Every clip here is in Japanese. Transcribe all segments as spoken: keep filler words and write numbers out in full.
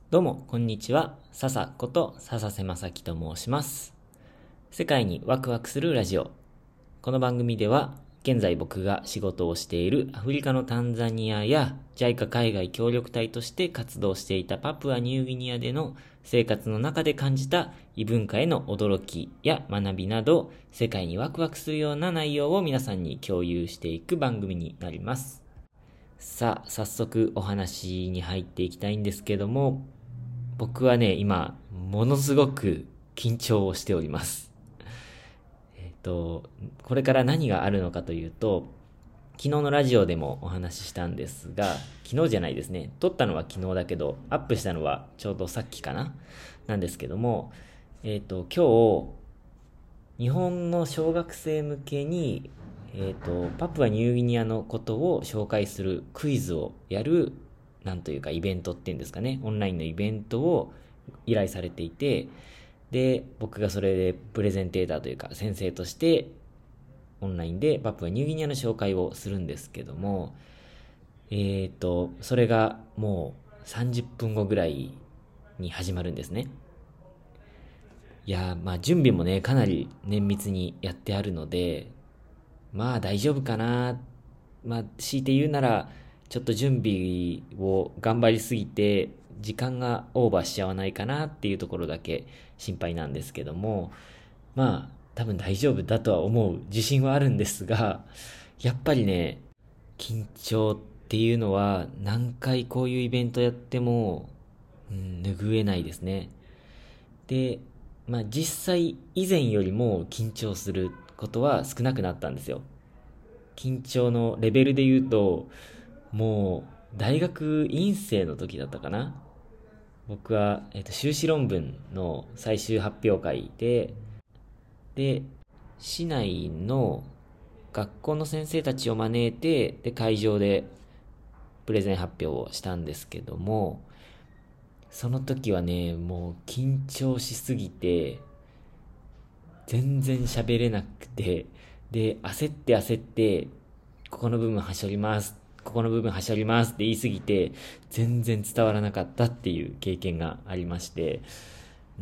どうも、こんにちは。笹こと笹瀬正樹と申します。世界にワクワクするラジオ。この番組では、現在僕が仕事をしているアフリカのタンザニアや ジャイカ 海外協力隊として活動していたパプアニューギニアでの生活の中で感じた異文化への驚きや学びなど、世界にワクワクするような内容を皆さんに共有していく番組になります。さあ、早速お話に入っていきたいんですけども、僕はね、今、ものすごく緊張をしております。えっと、これから何があるのかというと、昨日のラジオでもお話ししたんですが、昨日じゃないですね。撮ったのは昨日だけど、アップしたのはちょうどさっきかななんですけども、えっと、今日、日本の小学生向けに、えっと、パプアニューギニアのことを紹介するクイズをやるなんというかイベントっていうんですかね、オンラインのイベントを依頼されていて、で、僕がそれでプレゼンテーターというか先生としてオンラインでパプアニューギニアの紹介をするんですけども、えーと、それがもうさんじゅっぷんごぐらいに始まるんですね。いやー、まあ準備もね、かなり綿密にやってあるので、まあ大丈夫かな。まあ強いて言うなら、ちょっと準備を頑張りすぎて、時間がオーバーしちゃわないかなっていうところだけ心配なんですけども、まあ多分大丈夫だとは思う自信はあるんですが、やっぱりね、緊張っていうのは何回こういうイベントやっても、うん、拭えないですね。で、まあ実際以前よりも緊張することは少なくなったんですよ。緊張のレベルで言うと、もう大学院生の時だったかな。僕は、えっと、修士論文の最終発表会で、で、市内の学校の先生たちを招いて、で、会場でプレゼン発表をしたんですけども、その時はね、もう緊張しすぎて、全然喋れなくて、で、焦って焦って、ここの部分はしょります。ここの部分はしょりますって言いすぎて、全然伝わらなかったっていう経験がありまして、うん、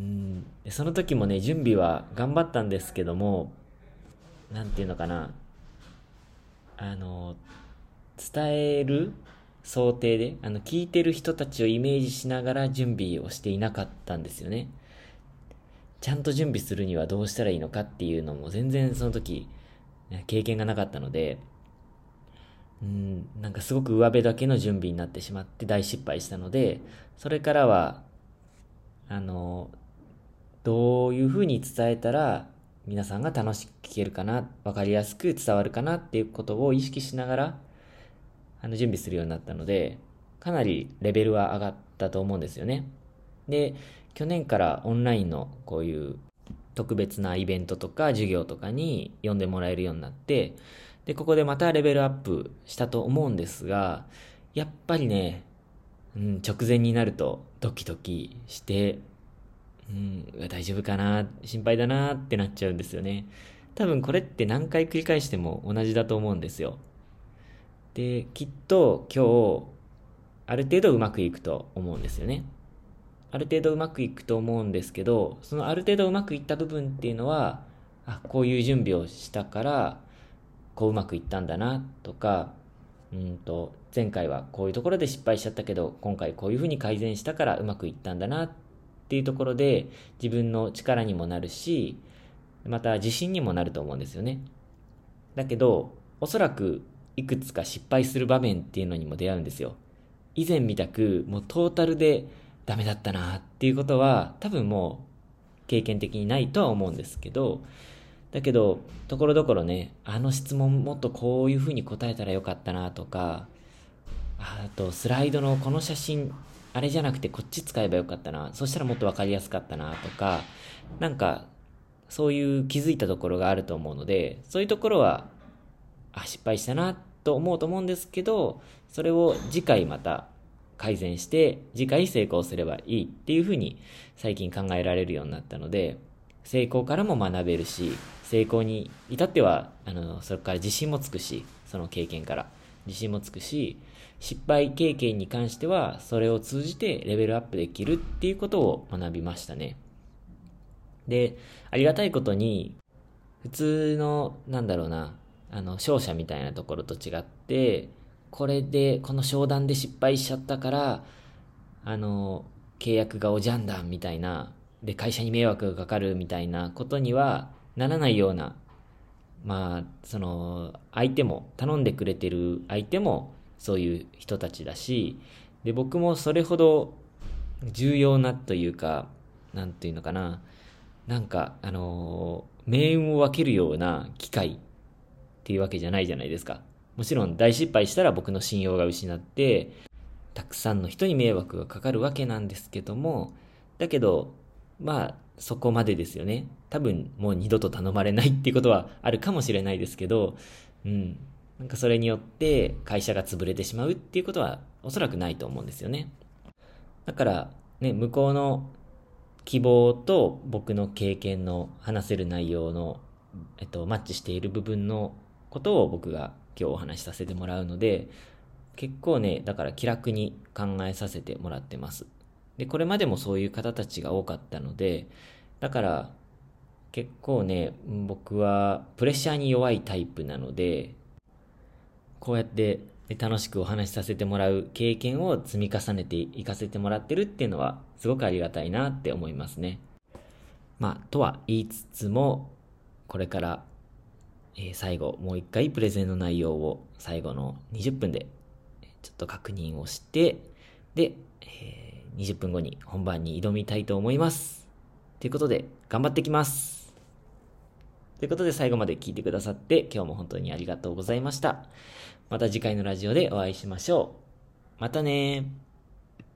その時もね、準備は頑張ったんですけども、なんていうのかな、あの、伝える想定で、あの、聞いてる人たちをイメージしながら準備をしていなかったんですよね。ちゃんと準備するにはどうしたらいいのかっていうのも全然その時、経験がなかったので、うん、なんかすごく上辺だけの準備になってしまって大失敗したので、それからは、あの、どういうふうに伝えたら皆さんが楽しく聞けるかな、わかりやすく伝わるかなっていうことを意識しながら、あの、準備するようになったので、かなりレベルは上がったと思うんですよね。で、去年からオンラインのこういう特別なイベントとか授業とかに呼んでもらえるようになって、で、ここでまたレベルアップしたと思うんですが、やっぱりね、うん、直前になるとドキドキして、うん、大丈夫かな、心配だなってなっちゃうんですよね。多分これって何回繰り返しても同じだと思うんですよ。で、きっと今日、ある程度うまくいくと思うんですよね。ある程度うまくいくと思うんですけど、そのある程度うまくいった部分っていうのは、あ、こういう準備をしたから、こううまくいったんだなとか、うんと、前回はこういうところで失敗しちゃったけど、今回こういうふうに改善したからうまくいったんだなっていうところで、自分の力にもなるし、また自信にもなると思うんですよね。だけど、おそらくいくつか失敗する場面っていうのにも出会うんですよ。以前みたく、もうトータルでダメだったなっていうことは、多分もう経験的にないとは思うんですけど、だけど、ところどころね、あの質問もっとこういう風に答えたらよかったなとか、あとスライドのこの写真、あれじゃなくてこっち使えばよかったな、そしたらもっとわかりやすかったなとか、なんか、そういう気づいたところがあると思うので、そういうところは、あ、失敗したなと思うと思うんですけど、それを次回また改善して、次回成功すればいいっていうふうに最近考えられるようになったので、成功からも学べるし、成功に至っては、あの、それから自信もつくし、その経験から自信もつくし、 失敗経験に関してはそれを通じてレベルアップできるっていうことを学びましたね。で、ありがたいことに普通のなんだろうなあの商社みたいなところと違って、これでこの商談で失敗しちゃったからあの契約がおじゃんだみたいなで会社に迷惑がかかるみたいなことにはならないような、まあその相手も頼んでくれてる相手もそういう人たちだし、で僕もそれほど重要なというか、なんていうのかな、なんかあの命運を分けるような機会っていうわけじゃないじゃないですか。もちろん大失敗したら僕の信用が失ってたくさんの人に迷惑がかかるわけなんですけども、だけどまあそこまでですよね。多分もう二度と頼まれないっていうことはあるかもしれないですけど、うんなんかそれによって会社が潰れてしまうっていうことはおそらくないと思うんですよね。だからね、向こうの希望と僕の経験の話せる内容の、えっと、マッチしている部分のことを僕が今日お話しさせてもらうので、結構ね、だから気楽に考えさせてもらってます。で、これまでもそういう方たちが多かったので、だから結構ね、僕はプレッシャーに弱いタイプなので、こうやって楽しくお話しさせてもらう経験を積み重ねていかせてもらってるっていうのはすごくありがたいなって思いますね。まあ、とは言いつつも、これから、えー最後もう一回プレゼンの内容を最後のにじゅっぷんでちょっと確認をして、で、えーにじゅっぷんごに本番に挑みたいと思います。ということで、頑張ってきます。ということで最後まで聞いてくださって今日も本当にありがとうございました。また次回のラジオでお会いしましょう。またねー。